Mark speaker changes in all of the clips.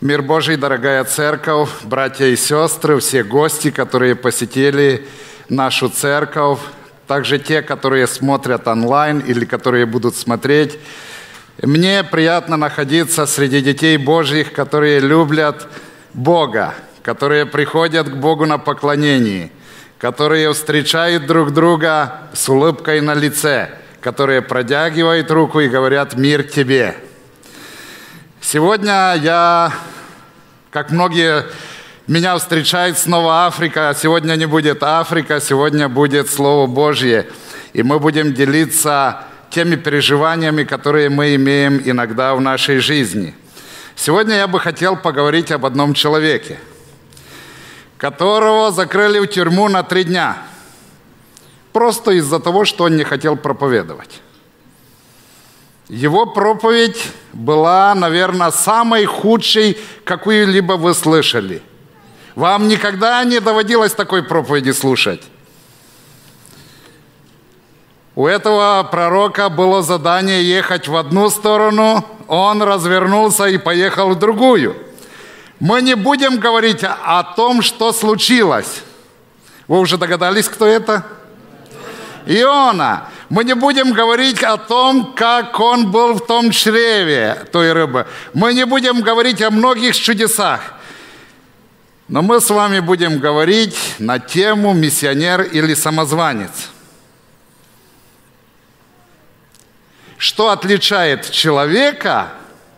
Speaker 1: Мир Божий, дорогая церковь, братья и сестры, все гости, которые посетили нашу церковь, также те, которые смотрят онлайн или которые будут смотреть. Мне приятно находиться среди детей Божьих, которые любят Бога, которые приходят к Богу на поклонении, которые встречают друг друга с улыбкой на лице, которые протягивают руку и говорят «Мир тебе». Сегодня как многие меня встречают, снова Африка. Сегодня не будет Африка, сегодня будет Слово Божье. И мы будем делиться теми переживаниями, которые мы имеем иногда в нашей жизни. Сегодня я бы хотел поговорить об одном человеке, которого закрыли в тюрьму на 3 дня. Просто из-за того, что он не хотел проповедовать. Его проповедь была, наверное, самой худшей, какую-либо вы слышали. Вам никогда не доводилось такой проповеди слушать? У этого пророка было задание ехать в одну сторону, он развернулся и поехал в другую. Мы не будем говорить о том, что случилось. Вы уже догадались, кто это? Иона. Мы не будем говорить о том, как он был в том чреве той рыбы. Мы не будем говорить о многих чудесах. Но мы с вами будем говорить на тему «Миссионер или самозванец». Что отличает человека,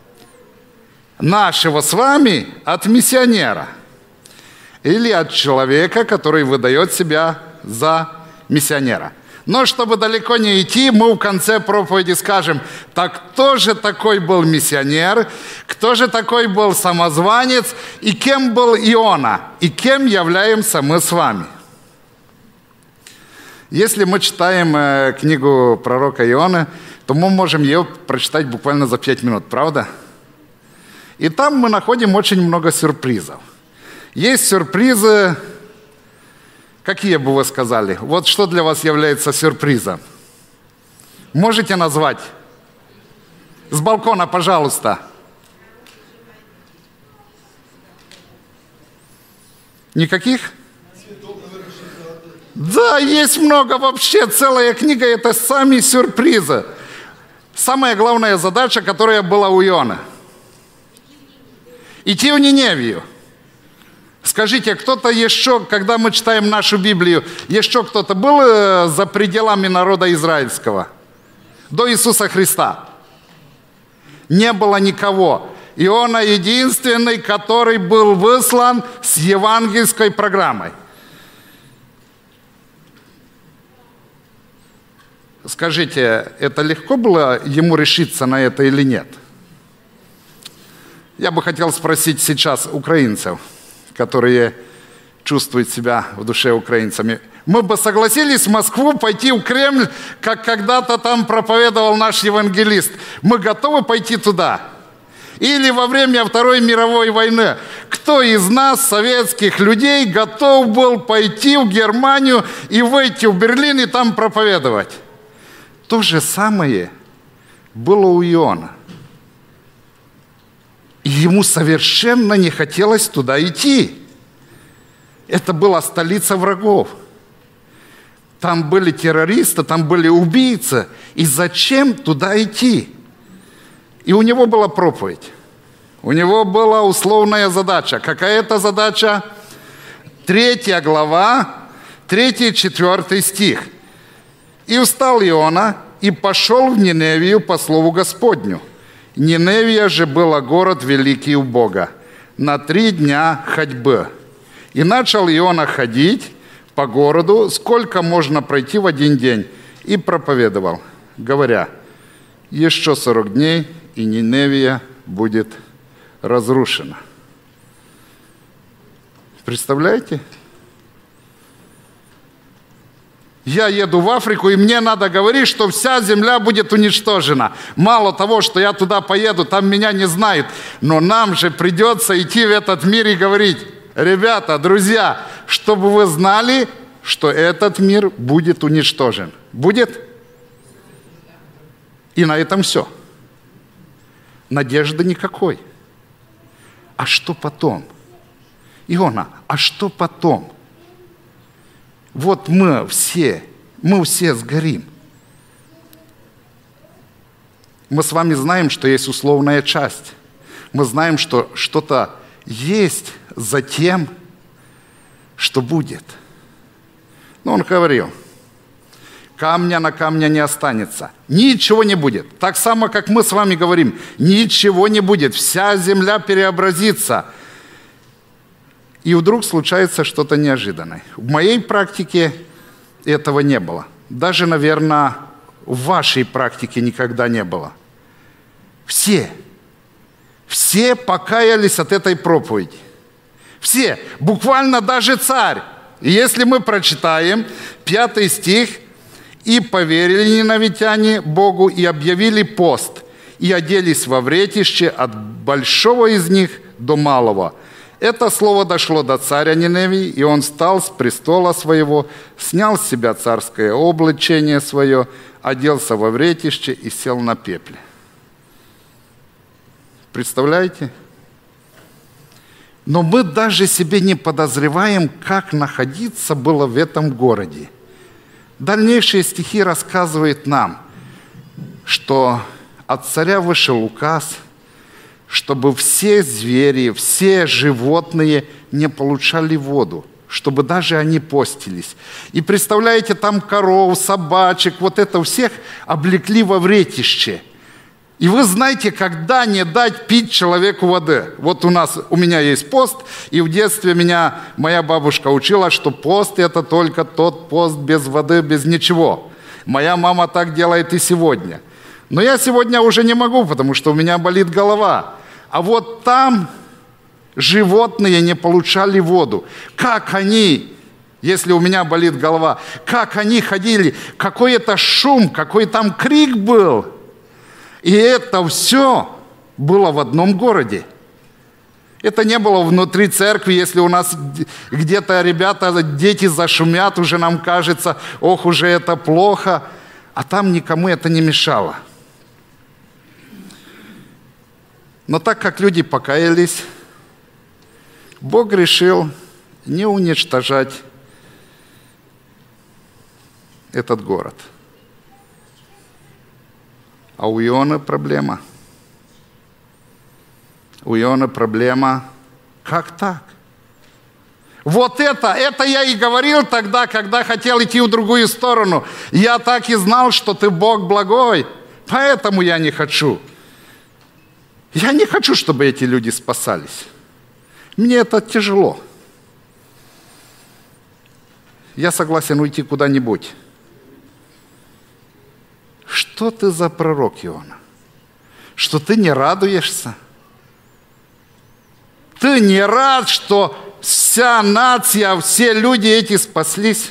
Speaker 1: нашего с вами, от миссионера? Или от человека, который выдает себя за миссионера? Но чтобы далеко не идти, мы в конце проповеди скажем, так кто же такой был миссионер, кто же такой был самозванец, и кем был Иона, и кем являемся мы с вами. Если мы читаем книгу пророка Ионы, то мы можем ее прочитать буквально за 5 минут, правда? И там мы находим очень много сюрпризов. Есть сюрпризы. Какие бы вы сказали? Вот что для вас является сюрпризом? Можете назвать? С балкона, пожалуйста. Никаких? Да, есть много вообще. Целая книга – это сами сюрпризы. Самая главная задача, которая была у Ионы – идти в Ниневию. Скажите, кто-то еще, когда мы читаем нашу Библию, еще кто-то был за пределами народа израильского? До Иисуса Христа? Не было никого. Иона единственный, который был выслан с евангельской программой. Скажите, это легко было ему решиться на это или нет? Я бы хотел спросить сейчас украинцев, которые чувствуют себя в душе украинцами. Мы бы согласились в Москву пойти в Кремль, как когда-то там проповедовал наш евангелист. Мы готовы пойти туда? Или во время Второй мировой войны кто из нас, советских людей, готов был пойти в Германию и выйти в Берлин и там проповедовать? То же самое было у Иона. И ему совершенно не хотелось туда идти. Это была столица врагов. Там были террористы, там были убийцы. И зачем туда идти? И у него была проповедь. У него была условная задача. Какая это задача? 3 глава, 3-4 стих. «И встал Иона, и пошел в Ниневию по слову Господню. Ниневия же была город великий у Бога, на 3 дня ходьбы. И начал Иона ходить по городу, сколько можно пройти в 1 день, и проповедовал, говоря, еще 40 дней, и Ниневия будет разрушена». Представляете? Я еду в Африку, и мне надо говорить, что вся земля будет уничтожена. Мало того, что я туда поеду, там меня не знают, но нам же придется идти в этот мир и говорить, ребята, друзья, чтобы вы знали, что этот мир будет уничтожен. Будет? И на этом все. Надежды никакой. а что потом? Иона, а что потом? Вот мы все сгорим. Мы с вами знаем, что есть условная часть. Мы знаем, что что-то есть за тем, что будет. Но он говорил, камня на камне не останется, ничего не будет. Так само, как мы с вами говорим, ничего не будет, вся земля преобразится. И вдруг случается что-то неожиданное. В моей практике этого не было. Даже, наверное, в вашей практике никогда не было. Все покаялись от этой проповеди. Все, буквально даже царь. И если мы прочитаем 5 стих, «И поверили нинавитяне Богу, и объявили пост, и оделись во вретище от большого из них до малого. Это слово дошло до царя Ниневии, и он встал с престола своего, снял с себя царское облачение свое, оделся во вретище и сел на пепле». Представляете? Но мы даже себе не подозреваем, как находиться было в этом городе. Дальнейшие стихи рассказывают нам, что от царя вышел указ, чтобы все звери, все животные не получали воду, чтобы даже они постились. И представляете, там коров, собачек, вот это всех облекли во вретище. И вы знаете, когда не дать пить человеку воды. Вот у меня есть пост, и в детстве меня моя бабушка учила, что пост – это только тот пост без воды, без ничего. Моя мама так делает и сегодня. Но я сегодня уже не могу, потому что у меня болит голова. А вот там животные не получали воду. Как они, если у меня болит голова, как они ходили, какой это шум, какой там крик был. И это все было в одном городе. Это не было внутри церкви, если у нас где-то ребята, дети зашумят, уже нам кажется, ох, уже это плохо. А там никому это не мешало. Но так как люди покаялись, Бог решил не уничтожать этот город. А у Ионы проблема. У Ионы проблема. Как так? Вот это я и говорил тогда, когда хотел идти в другую сторону. Я так и знал, что ты Бог благой, поэтому я не хочу. Я не хочу, чтобы эти люди спасались. Мне это тяжело. Я согласен уйти куда-нибудь. Что ты за пророк, Иона? Что ты не радуешься? Ты не рад, что вся нация, все люди эти спаслись?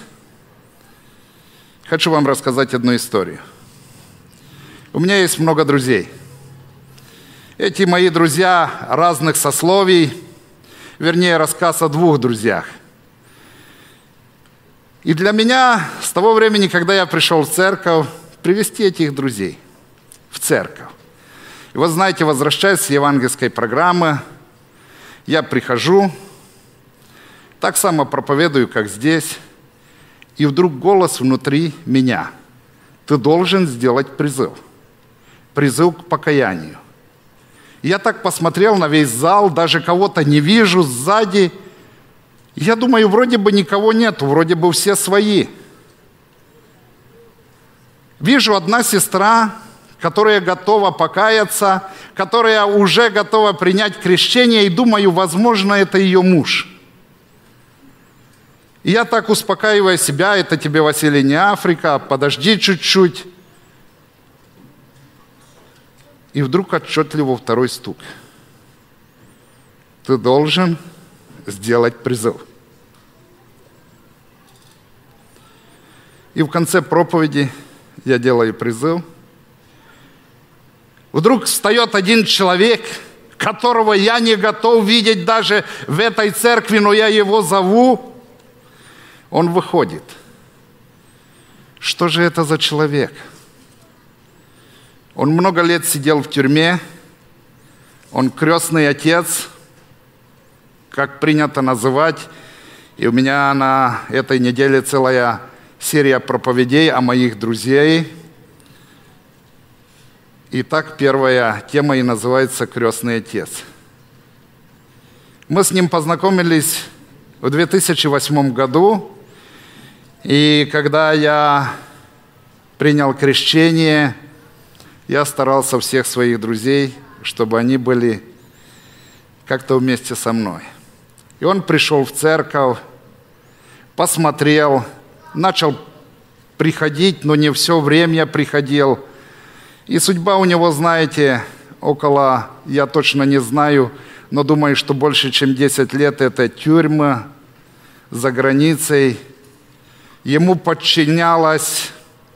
Speaker 1: Хочу вам рассказать одну историю. У меня есть много друзей. Эти мои друзья разных сословий, вернее, рассказ о 2 друзьях. И для меня с того времени, когда я пришел в церковь, привести этих друзей в церковь. И вот знаете, возвращаясь с евангельской программы, я прихожу, так само проповедую, как здесь, и вдруг голос внутри меня. Ты должен сделать призыв. Призыв к покаянию. И я так посмотрел на весь зал, даже кого-то не вижу сзади. Я думаю, вроде бы никого нету, вроде бы все свои. Вижу одна сестра, которая готова покаяться, которая уже готова принять крещение, и думаю, возможно, это ее муж. И я так успокаиваю себя, это тебе, Василий, не Африка, подожди чуть-чуть. И вдруг отчетливо 2 стук. Ты должен сделать призыв. И в конце проповеди я делаю призыв. Вдруг встает один человек, которого я не готов видеть даже в этой церкви, но я его зову. Он выходит. Что же это за человек? Он много лет сидел в тюрьме. Он крестный отец. как принято называть. И у меня на этой неделе целая серия проповедей о моих друзей. Итак, первая тема и называется «Крестный отец». Мы с ним познакомились в 2008 году, и когда я принял крещение, я старался всех своих друзей, чтобы они были как-то вместе со мной. И он пришел в церковь, посмотрел, начал приходить, но не все время приходил. И судьба у него, знаете, около, я точно не знаю, но думаю, что больше, чем 10 лет это тюрьма за границей. Ему подчинялась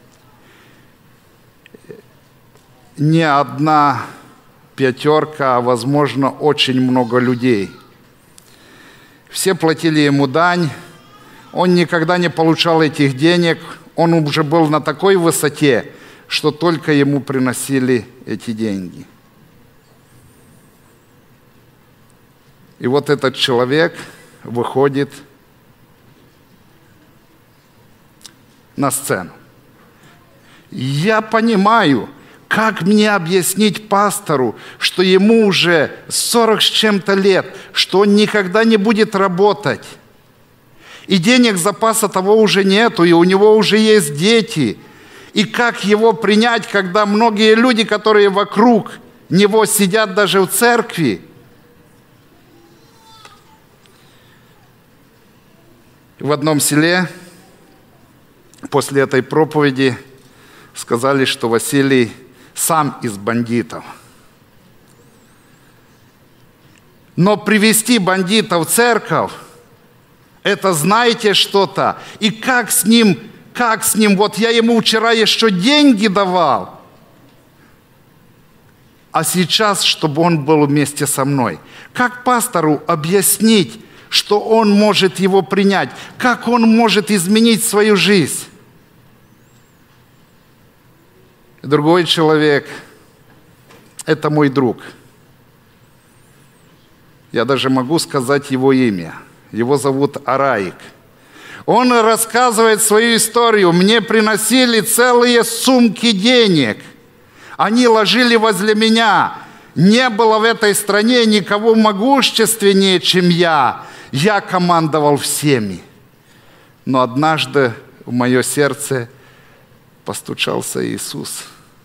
Speaker 1: не одна пятерка, а, возможно, очень много людей. Все платили ему дань, он никогда не получал этих денег, он уже был на такой высоте, что только ему приносили эти деньги. И вот этот человек выходит на сцену. Я понимаю, как мне объяснить пастору, что ему уже 40 с чем-то лет, что он никогда не будет работать. И денег запаса того уже нету, и у него уже есть дети. И как его принять, когда многие люди, которые вокруг него сидят даже в церкви. В одном селе после этой проповеди сказали, что Василий сам из бандитов. Но привести бандита в церковь, это знаете что-то. И как с ним, вот я ему вчера еще деньги давал, а сейчас, чтобы он был вместе со мной. Как пастору объяснить, что он может его принять? Как он может изменить свою жизнь? Другой человек – это мой друг. Я даже могу сказать его имя. Его зовут Араик. Он рассказывает свою историю. Мне приносили целые сумки денег. Они ложили возле меня. Не было в этой стране никого могущественнее, чем я. Я командовал всеми. Но однажды в мое сердце постучался Иисус.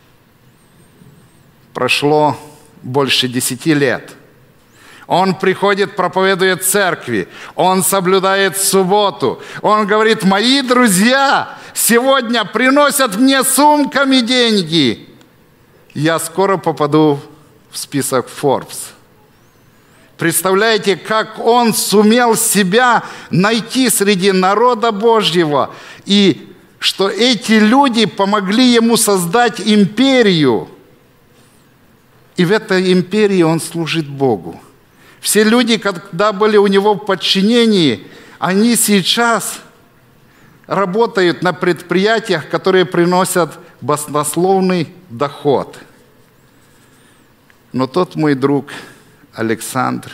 Speaker 1: Прошло больше 10 лет. Он приходит, проповедует в церкви. Он соблюдает субботу. Он говорит: мои друзья сегодня приносят мне сумками деньги. Я скоро попаду в список Forbes. Представляете, как он сумел себя найти среди народа Божьего. И что эти люди помогли ему создать империю. И в этой империи он служит Богу. Все люди, когда были у него в подчинении, они сейчас работают на предприятиях, которые приносят баснословный доход. Но тот мой друг Александр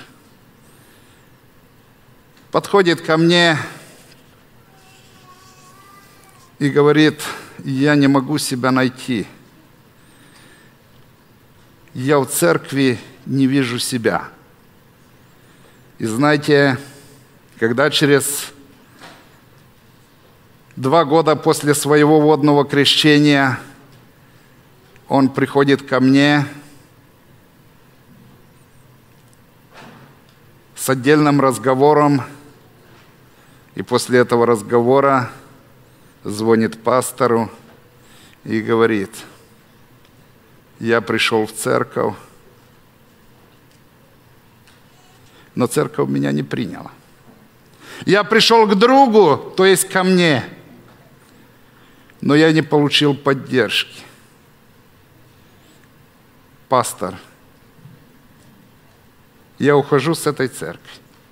Speaker 1: подходит ко мне и говорит: я не могу себя найти. Я в церкви не вижу себя. И знаете, когда через 2 года после своего водного крещения он приходит ко мне с отдельным разговором, и после этого разговора звонит пастору и говорит: я пришел в церковь, но церковь меня не приняла. Я пришел к другу, то есть ко мне, но я не получил поддержки. Пастор, я ухожу с этой церкви.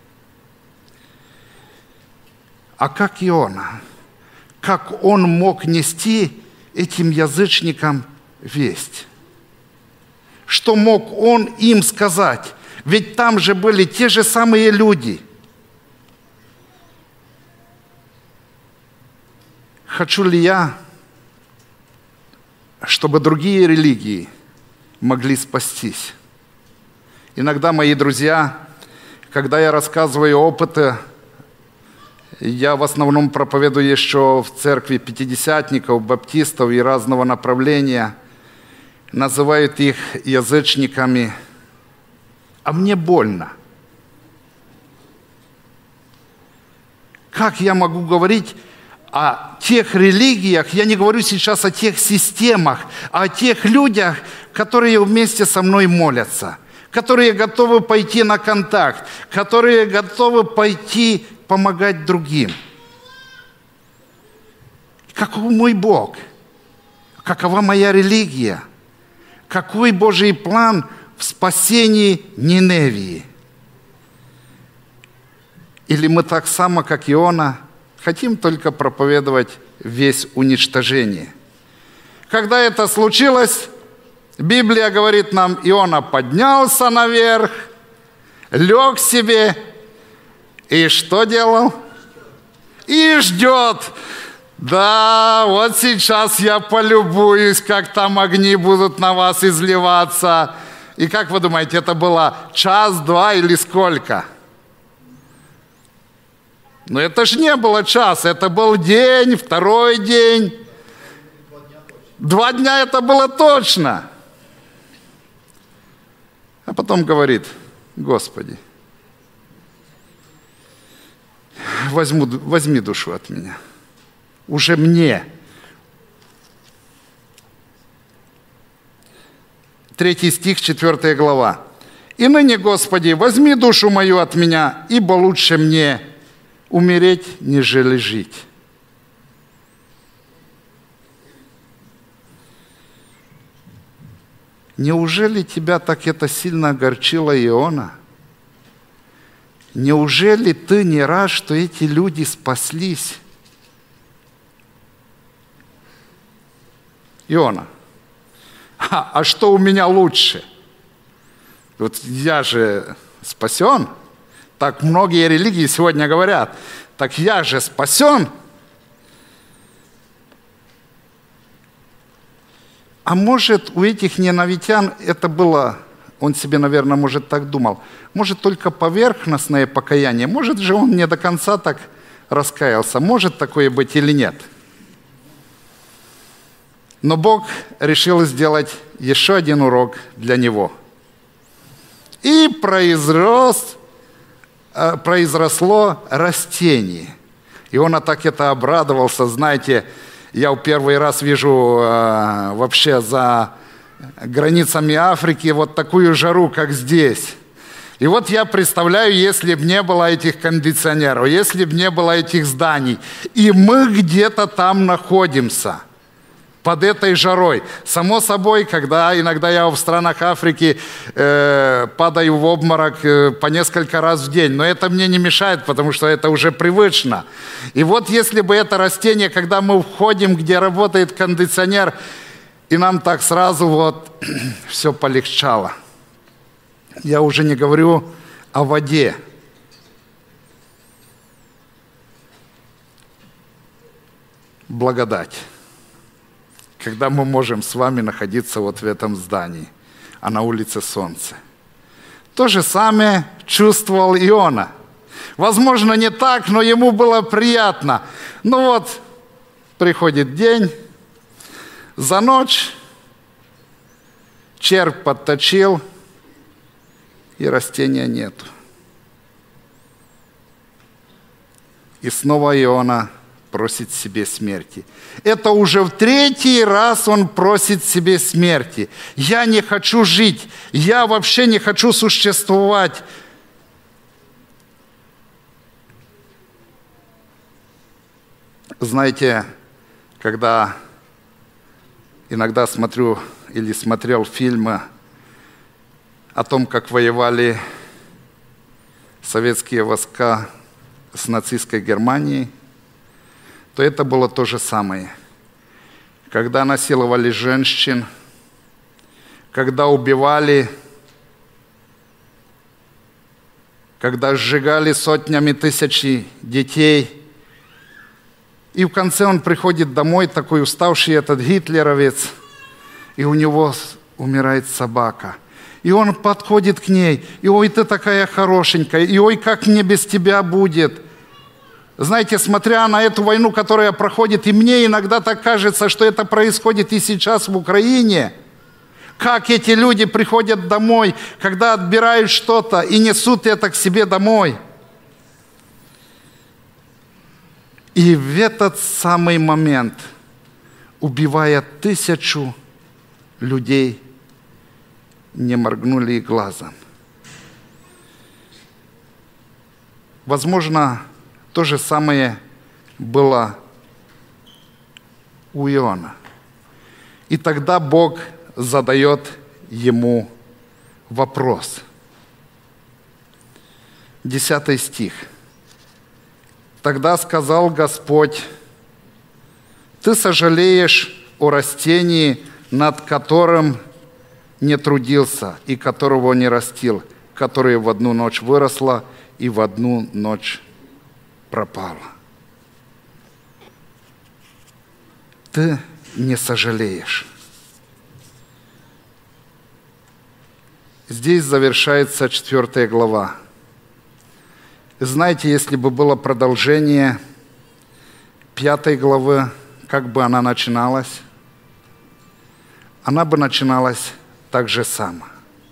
Speaker 1: А как Иона? Как он мог нести этим язычникам весть? Что мог он им сказать? Ведь там же были те же самые люди. Хочу ли я, чтобы другие религии могли спастись? Иногда, мои друзья, когда я рассказываю опыты, я в основном проповедую еще в церкви пятидесятников, баптистов и разного направления, называют их язычниками, а мне больно. Как я могу говорить о тех религиях, я не говорю сейчас о тех системах, а о тех людях, которые вместе со мной молятся, которые готовы пойти на контакт, которые готовы пойти помогать другим. Каков мой Бог? Какова моя религия? Какой Божий план в спасении Ниневии? Или мы так само, как Иона, хотим только проповедовать весь уничтожение? Когда это случилось, Библия говорит нам, Иона поднялся наверх, лег себе, и что делал? И ждет. Да, вот сейчас я полюбуюсь, как там огни будут на вас изливаться. И как вы думаете, это было час, два или сколько? Но это же не было час, это был день, второй день. 2 дня это было точно. А потом говорит, Господи, возьми душу от меня. Уже мне. 3 стих, 4 глава. «И ныне, Господи, возьми душу мою от меня, ибо лучше мне умереть, нежели жить». Неужели тебя так это сильно огорчило, Иона? Неужели ты не рад, что эти люди спаслись? Иона, а что у меня лучше? Вот я же спасен. Так многие религии сегодня говорят. Так я же спасен. А может, у этих ниневитян это было, он себе, наверное, может так думал, может, только поверхностное покаяние, может же он не до конца так раскаялся, может такое быть или нет. Но Бог решил сделать еще один урок для него. И произросло растение. И он так это обрадовался. Знаете, я в первый раз вижу вообще за границами Африки вот такую жару, как здесь. И вот я представляю, если бы не было этих кондиционеров, если бы не было этих зданий, и мы где-то там находимся под этой жарой. Само собой, когда иногда я в странах Африки падаю в обморок по несколько раз в день, но это мне не мешает, потому что это уже привычно. И вот если бы это растение, когда мы входим, где работает кондиционер, и нам так сразу вот все полегчало. Я уже не говорю о воде. Благодать. Когда мы можем с вами находиться вот в этом здании, а на улице солнце. То же самое чувствовал Иона. Возможно, не так, но ему было приятно. Ну вот, приходит день, за ночь червь подточил, и растения нету. И снова Иона просит себе смерти. Это уже в 3-й раз он просит себе смерти. Я не хочу жить, я вообще не хочу существовать. Знаете, когда иногда смотрю или смотрел фильмы о том, как воевали советские войска с нацистской Германией, то это было то же самое. Когда насиловали женщин, когда убивали когда сжигали сотнями тысячи детей. И в конце он приходит домой, такой уставший этот гитлеровец, и у него умирает собака. И он подходит к ней, и ой, ты такая хорошенькая, и ой, как мне без тебя будет. Знаете, смотря на эту войну, которая проходит, и мне иногда так кажется, что это происходит и сейчас в Украине. Как эти люди приходят домой, когда отбирают что-то и несут это к себе домой. И в этот самый момент, убивая 1000 людей, не моргнули и глазом. Возможно, то же самое было у Иона. И тогда Бог задает ему вопрос. 10 стих. «Тогда сказал Господь: ты сожалеешь о растении, над которым не трудился и которого не растил, которое в одну ночь выросло и в одну ночь пропало. Ты не сожалеешь». Здесь завершается 4 глава. Знаете, если бы было продолжение 5 главы, как бы она начиналась? Она бы начиналась так же само.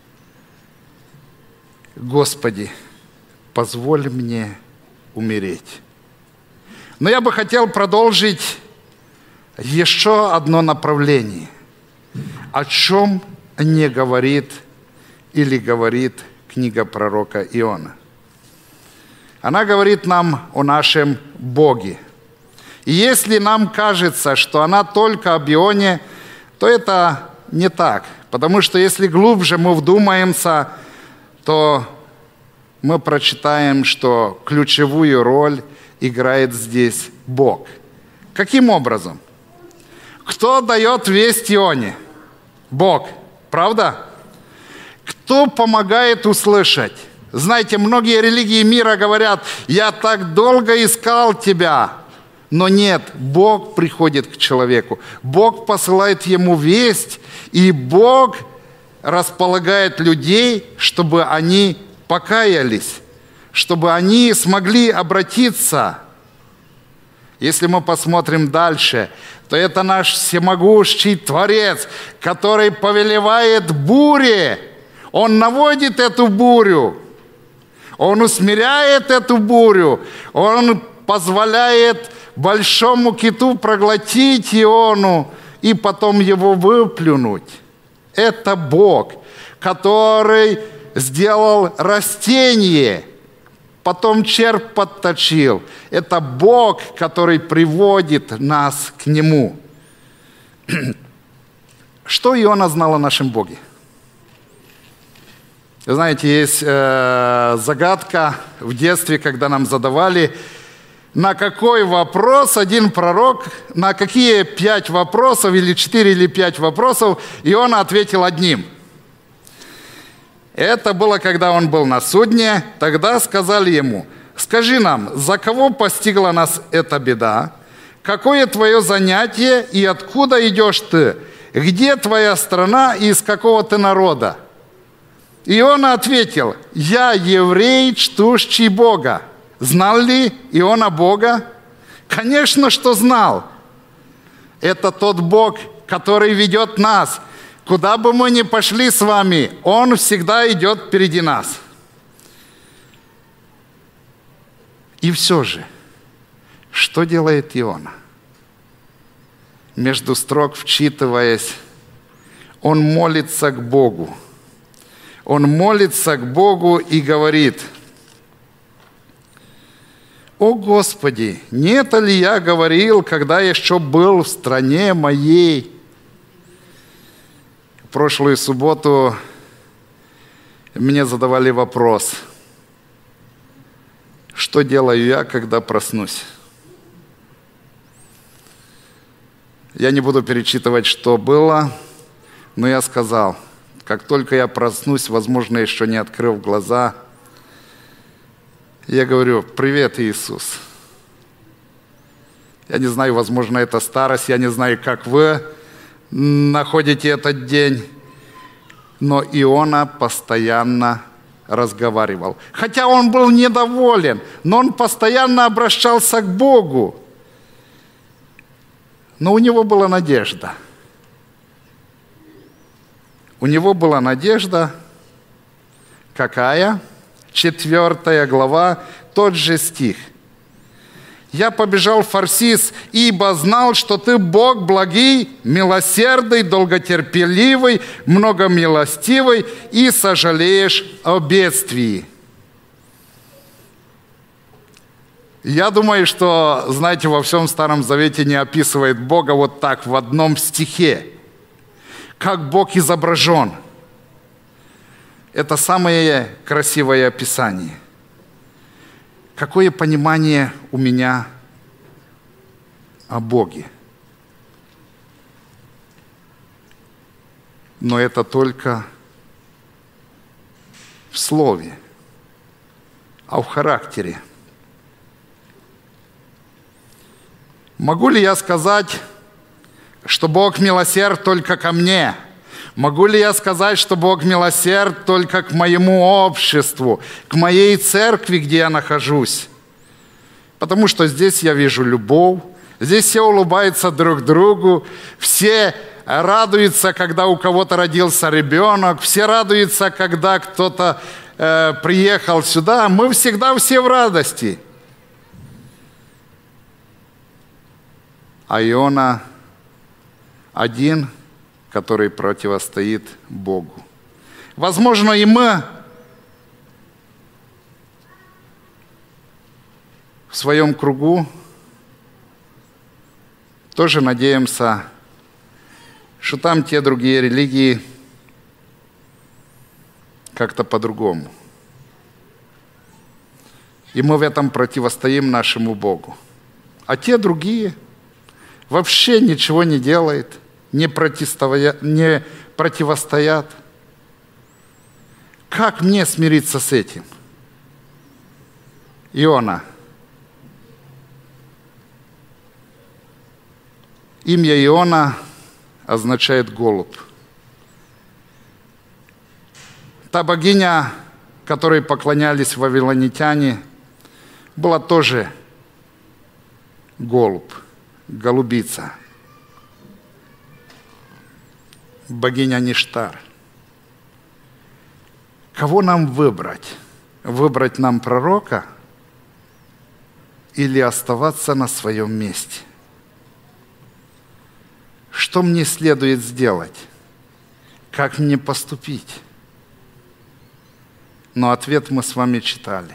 Speaker 1: «Господи, позволь мне умереть». Но я бы хотел продолжить еще одно направление. О чем не говорит или говорит книга пророка Иона. Она говорит нам о нашем Боге. И если нам кажется, что она только об Ионе, то это не так. Потому что если глубже мы вдумаемся, то мы прочитаем, что ключевую роль играет здесь Бог. Каким образом? Кто дает весть Ионе? Бог. Правда? Кто помогает услышать? Знаете, многие религии мира говорят: «Я так долго искал тебя». Но нет, Бог приходит к человеку. Бог посылает ему весть, и Бог располагает людей, чтобы они покаялись, чтобы они смогли обратиться. Если мы посмотрим дальше, то это наш всемогущий Творец, который повелевает буре. Он наводит эту бурю. Он усмиряет эту бурю. Он позволяет большому киту проглотить Иону и потом его выплюнуть. Это Бог, который сделал растение, потом червь подточил. Это Бог, который приводит нас к Нему. Что Иона знал о нашем Боге? Вы знаете, есть загадка в детстве, когда нам задавали, на какой вопрос один пророк, на какие 5 вопросов, или 4 или 5 вопросов, Иона ответил одним. Это было, когда он был на судне. Тогда сказали ему: скажи нам, за кого постигла нас эта беда? Какое твое занятие и откуда идешь ты? Где твоя страна и из какого ты народа? Иона ответил: я еврей, чтущий Бога. Знал ли Иона Бога? Конечно, что знал. Это тот Бог, который ведет нас. Куда бы мы ни пошли с вами, Он всегда идет впереди нас. И все же, что делает Иона? Между строк вчитываясь, он молится к Богу. Он молится к Богу и говорит: «О Господи, не это ли я говорил, когда еще был в стране моей?» В прошлую субботу мне задавали вопрос: что делаю я, когда проснусь? Я не буду перечитывать, что было, но я сказал: как только я проснусь, возможно, еще не открыв глаза, Я говорю: привет, Иисус. Я не знаю, возможно, это старость, я не знаю, как вы находите этот день, но Иона постоянно разговаривал. Хотя он был недоволен, но он постоянно обращался к Богу. Но у него была надежда. У него была надежда. Какая? 4 глава, тот же стих. «Я побежал в Фарсис, ибо знал, что ты Бог благий, милосердный, долготерпеливый, многомилостивый и сожалеешь о бедствии». Я думаю, что, знаете, во всем Старом Завете не описывает Бога вот так в одном стихе, как Бог изображен. Это самое красивое описание. Какое понимание у меня о Боге? Но это только в слове, а в характере. Могу ли я сказать, что Бог милосерд только ко мне? Могу ли я сказать, что Бог милосерд только к моему обществу, к моей церкви, где я нахожусь? Потому что здесь я вижу любовь, здесь все улыбаются друг другу, все радуются, когда у кого-то родился ребенок, все радуются, когда кто-то приехал сюда. Мы всегда все в радости. А Иона один, который противостоит Богу. Возможно, и мы в своем кругу тоже надеемся, что там те другие религии как-то по-другому. И мы в этом противостоим нашему Богу. А те другие вообще ничего не делают, не противостоят. Как мне смириться с этим? Иона. Имя Иона означает голубь. Та богиня, которой поклонялись вавилонитяне, была тоже голубь, голубица. Богиня Ништар. Кого нам выбрать? Выбрать нам пророка или оставаться на своем месте? Что мне следует сделать? Как мне поступить? Но ответ мы с вами читали.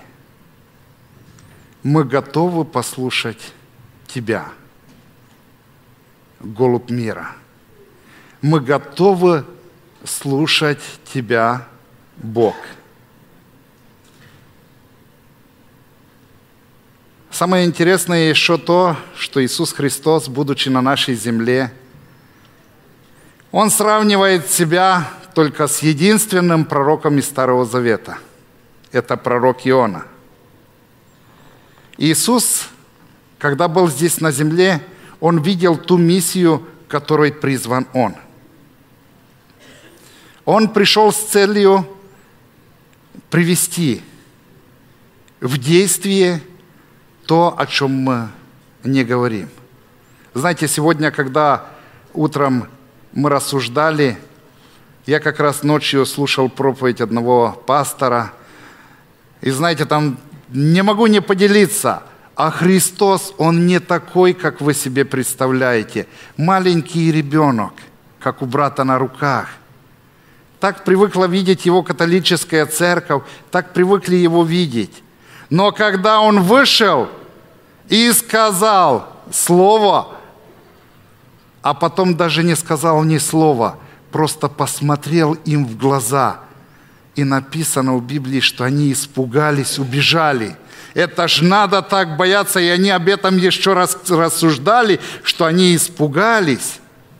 Speaker 1: Мы готовы послушать Тебя, голубь мира. Мы готовы слушать Тебя, Бог. Самое интересное еще то, что Иисус Христос, будучи на нашей земле, Он сравнивает себя только с единственным пророком из Старого Завета. Это пророк Иона. Иисус, когда был здесь на земле, Он видел ту миссию, которой призван Он. Он пришел с целью привести в действие то, о чем мы не говорим. Знаете, сегодня, когда утром мы рассуждали, я как раз ночью слушал проповедь одного пастора, и знаете, там не могу не поделиться, а Христос, Он не такой, как вы себе представляете. Маленький ребенок, как у брата на руках. Так привыкла видеть Его католическая церковь, так привыкли Его видеть. Но когда Он вышел и сказал слово, а потом даже не сказал ни слова, просто посмотрел им в глаза, и написано в Библии, что они испугались, убежали. Это ж надо так бояться, и они об этом еще раз рассуждали, что они испугались.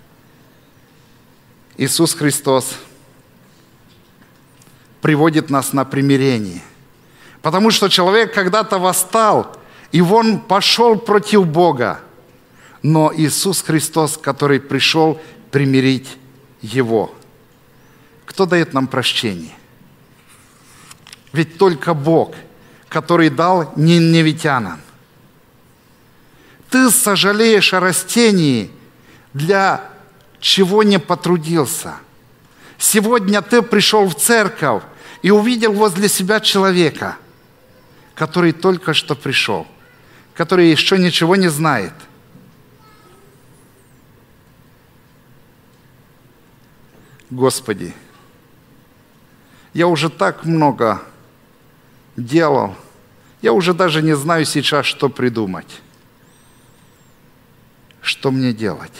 Speaker 1: Иисус Христос приводит нас на примирение. Потому что человек когда-то восстал, и он пошел против Бога. Но Иисус Христос, который пришел примирить его. Кто дает нам прощение? Ведь только Бог, который дал ниневитянам. Ты сожалеешь о растении, для чего не потрудился. Сегодня ты пришел в церковь и увидел возле себя человека, который только что пришел, который еще ничего не знает. Господи, я уже так много делал, я уже даже не знаю сейчас, что придумать. Что мне делать?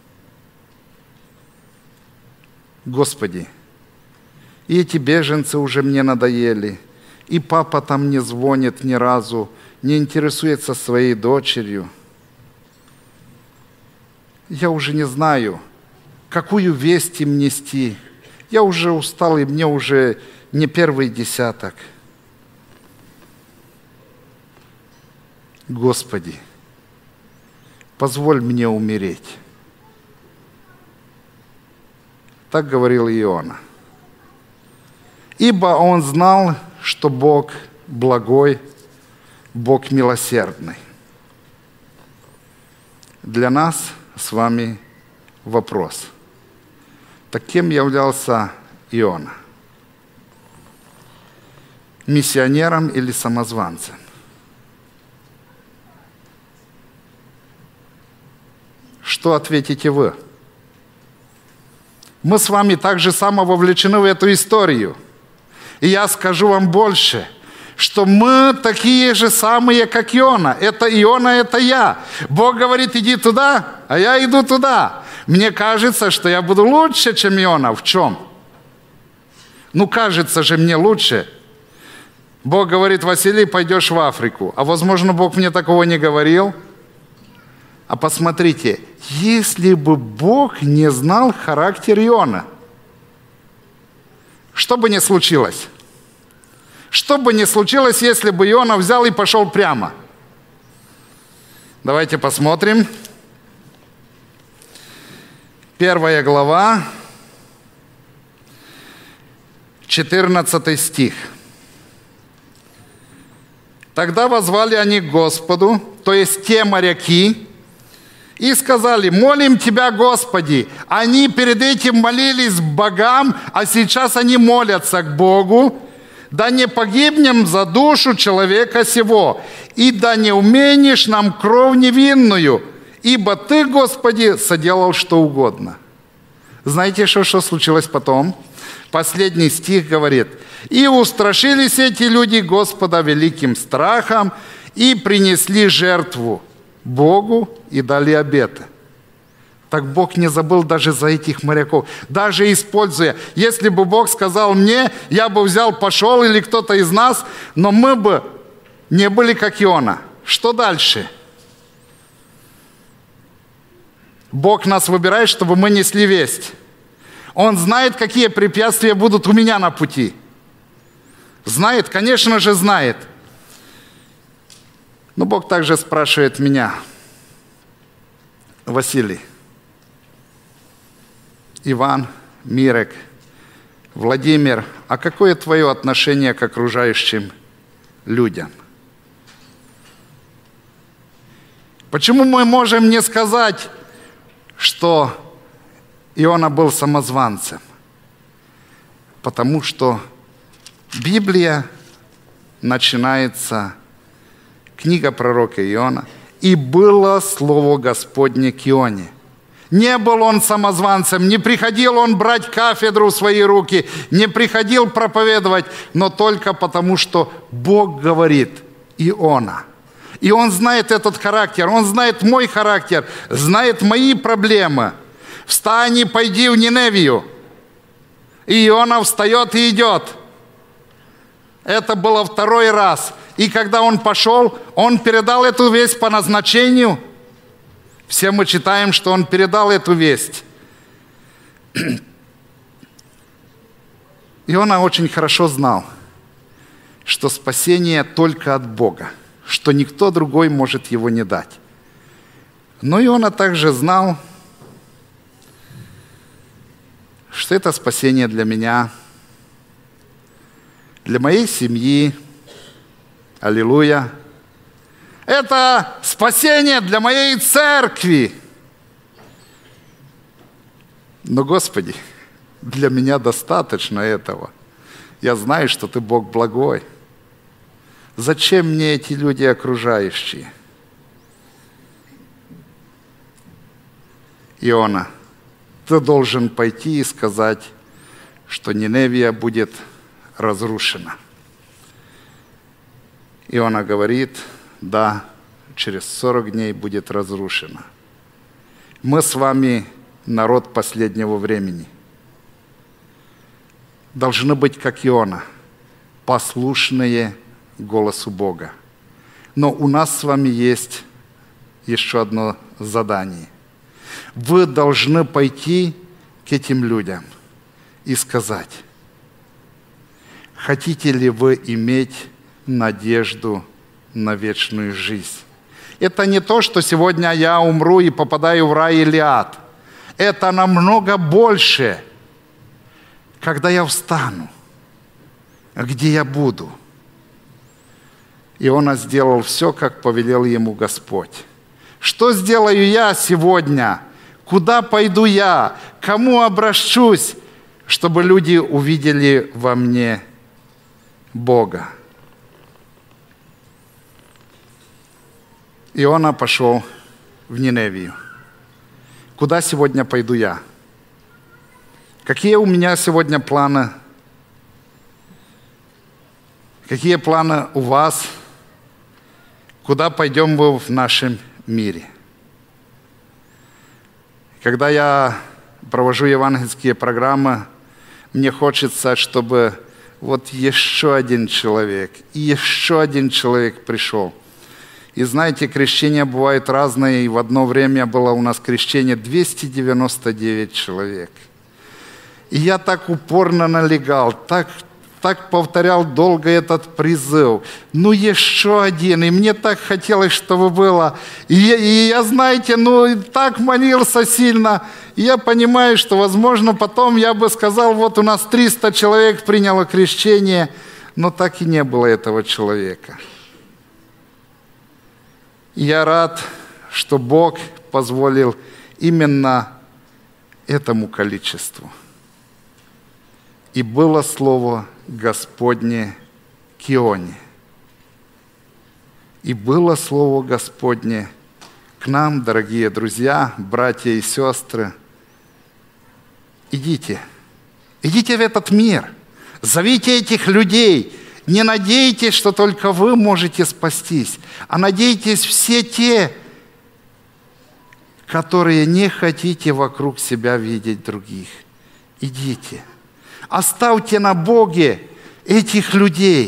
Speaker 1: Господи, и эти беженцы уже мне надоели, и папа там не звонит ни разу, не интересуется своей дочерью. Я уже не знаю, какую весть им нести. Я уже устал, и мне уже не первый десяток. Господи, позволь мне умереть. Так говорил Иона. Ибо он знал, что Бог благой, Бог милосердный. Для нас с вами вопрос. Так кем являлся Иона? Миссионером или самозванцем? Что ответите вы? Мы с вами так же само вовлечены в эту историю. И я скажу вам больше, что мы такие же самые, как Иона. Это Иона, это я. Бог говорит, иди туда, а я иду туда. Мне кажется, что я буду лучше, чем Иона. В чем? Ну, кажется же мне лучше. Бог говорит, Василий, пойдешь в Африку. А возможно, Бог мне такого не говорил. А посмотрите, если бы Бог не знал характер Иона, что бы ни случилось? Что бы ни случилось, если бы Иона взял и пошел прямо? Давайте посмотрим. 1 глава, 14 стих. Тогда воззвали они к Господу, то есть те моряки, и сказали, молим Тебя, Господи. Они перед этим молились богам, а сейчас они молятся к Богу. Да не погибнем за душу человека сего, и да не уменишь нам кровь невинную, ибо Ты, Господи, соделал что угодно. Знаете, что случилось потом? Последний стих говорит, и устрашились эти люди Господа великим страхом, и принесли жертву Богу и дали обеты. Так Бог не забыл даже за этих моряков. Даже используя. Если бы Бог сказал мне, я бы взял, пошел, или кто-то из нас, но мы бы не были как Иона. Что дальше? Бог нас выбирает, чтобы мы несли весть. Он знает, какие препятствия будут у меня на пути. Знает, конечно же, знает. Но Бог также спрашивает меня, Василий, Иван, Мирек, Владимир, а какое твое отношение к окружающим людям? Почему мы можем не сказать, что Иона был самозванцем? Потому что Библия начинается, книга пророка Иона, «И было слово Господне к Ионе». Не был он самозванцем, не приходил он брать кафедру в свои руки, не приходил проповедовать, но только потому, что Бог говорит Иона. И он знает этот характер, он знает мой характер, знает мои проблемы. Встань и пойди в Ниневию. И Иона встает и идет. Это было второй раз. И когда он пошел, он передал эту весть по назначению. Все мы читаем, что он передал эту весть. Иона очень хорошо знал, что спасение только от Бога, что никто другой может его не дать. Но Иона также знал, что это спасение для меня, для моей семьи. Аллилуйя. Это спасение для моей церкви. Но, Господи, для меня достаточно этого. Я знаю, что Ты Бог благой. Зачем мне эти люди окружающие? Иона, ты должен пойти и сказать, что Ниневия будет разрушена. Иона говорит, да, через 40 дней будет разрушена. Мы с вами народ последнего времени. Должны быть, как Иона, послушные голосу Бога. Но у нас с вами есть еще одно задание. Вы должны пойти к этим людям и сказать, хотите ли вы иметь надежду на вечную жизнь? Это не то, что сегодня я умру и попадаю в рай или ад. Это намного больше, когда я встану, где я буду. Иона сделал все, как повелел ему Господь. Что сделаю я сегодня? Куда пойду я? Кому обращусь, чтобы люди увидели во мне Бога? Иона пошел в Ниневию. Куда сегодня пойду я? Какие у меня сегодня планы? Какие планы у вас? Куда пойдем мы в нашем мире? Когда я провожу евангельские программы, мне хочется, чтобы вот еще один человек и еще один человек пришел. И знаете, крещения бывают разные, и в одно время было у нас крещение 299 человек. И я так упорно налегал, так повторял долго этот призыв. Ну, еще один. И мне так хотелось, чтобы было. И я, знаете, так молился сильно. И я понимаю, что, возможно, потом я бы сказал, вот у нас 300 человек приняло крещение, но так и не было этого человека. И я рад, что Бог позволил именно этому количеству. И было слово Господне к Ионе. И было слово Господне к нам, дорогие друзья, братья и сестры. Идите в этот мир, зовите этих людей. Не надейтесь, что только вы можете спастись, а надейтесь все те, которые не хотите вокруг себя видеть других. Идите. Оставьте на Боге этих людей,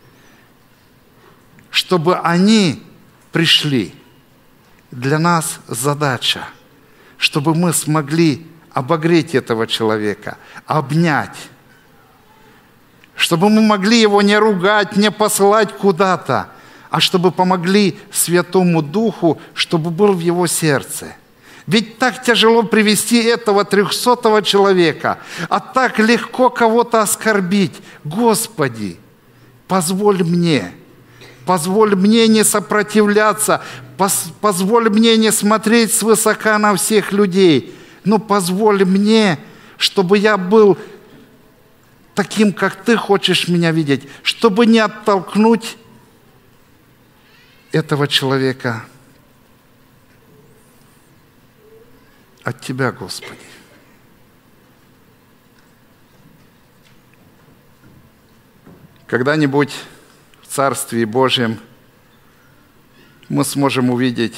Speaker 1: чтобы они пришли. Для нас задача, чтобы мы смогли обогреть этого человека, обнять, чтобы мы могли его не ругать, не посылать куда-то, а чтобы помогли Святому Духу, чтобы был в его сердце. Ведь так тяжело привести этого 300-го человека, а так легко кого-то оскорбить. Господи, позволь мне не сопротивляться, позволь мне не смотреть свысока на всех людей, но позволь мне, чтобы я был таким, как Ты хочешь меня видеть, чтобы не оттолкнуть этого человека от Тебя, Господи. Когда-нибудь в Царстве Божьем мы сможем увидеть,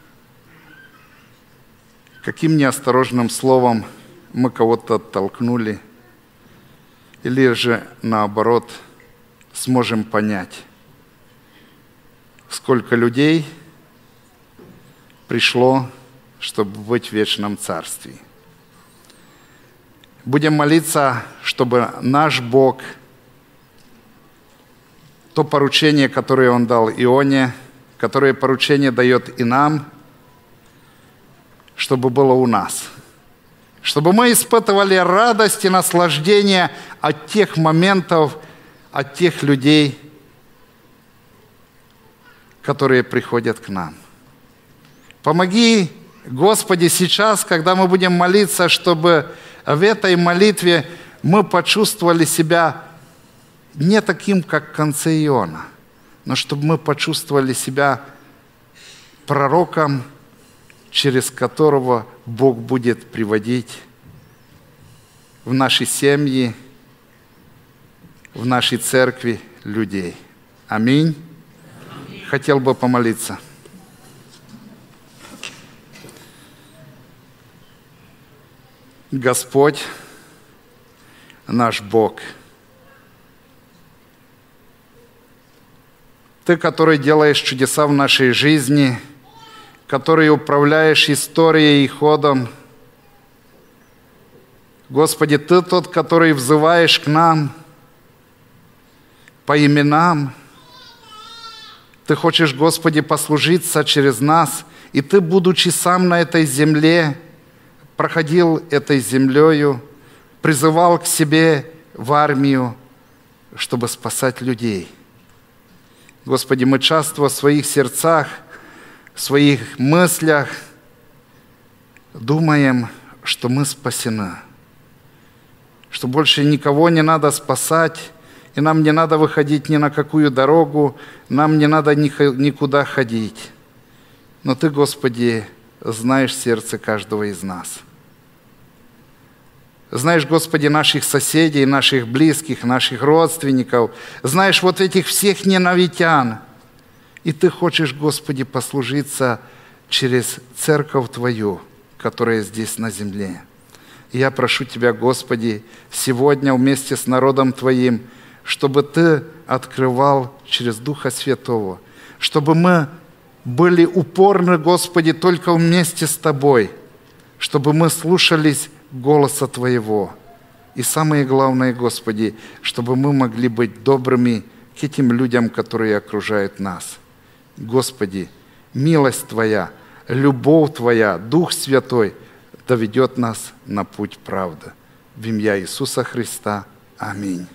Speaker 1: каким неосторожным словом мы кого-то оттолкнули, или же, наоборот, сможем понять, сколько людей пришло, чтобы быть в вечном Царстве. Будем молиться, чтобы наш Бог то поручение, которое Он дал Ионе, которое поручение дает и нам, чтобы было у нас. Чтобы мы испытывали радость и наслаждение от тех моментов, от тех людей, которые приходят к нам. Помоги, Господи, сейчас, когда мы будем молиться, чтобы в этой молитве мы почувствовали себя не таким, как в конце Иона, но чтобы мы почувствовали себя пророком, через которого Бог будет приводить в наши семьи, в нашей церкви людей. Аминь. Хотел бы помолиться. Господь, наш Бог, Ты, который делаешь чудеса в нашей жизни, который управляешь историей и ходом. Господи, Ты тот, который взываешь к нам по именам. Ты хочешь, Господи, послужиться через нас, и Ты, будучи сам на этой земле, проходил этой землею, призывал к себе в армию, чтобы спасать людей. Господи, мы часто в своих сердцах, в своих мыслях думаем, что мы спасены, что больше никого не надо спасать, и нам не надо выходить ни на какую дорогу, нам не надо никуда ходить. Но Ты, Господи, знаешь сердце каждого из нас. Знаешь, Господи, наших соседей, наших близких, наших родственников. Знаешь вот этих всех ненавитян. И Ты хочешь, Господи, послужиться через церковь Твою, которая здесь на земле. И я прошу Тебя, Господи, сегодня вместе с народом Твоим, чтобы Ты открывал через Духа Святого, чтобы мы были упорны, Господи, только вместе с Тобой, чтобы мы слушались голоса Твоего. И самое главное, Господи, чтобы мы могли быть добрыми к этим людям, которые окружают нас. Господи, милость Твоя, любовь Твоя, Дух Святой доведет нас на путь правды. В имя Иисуса Христа. Аминь.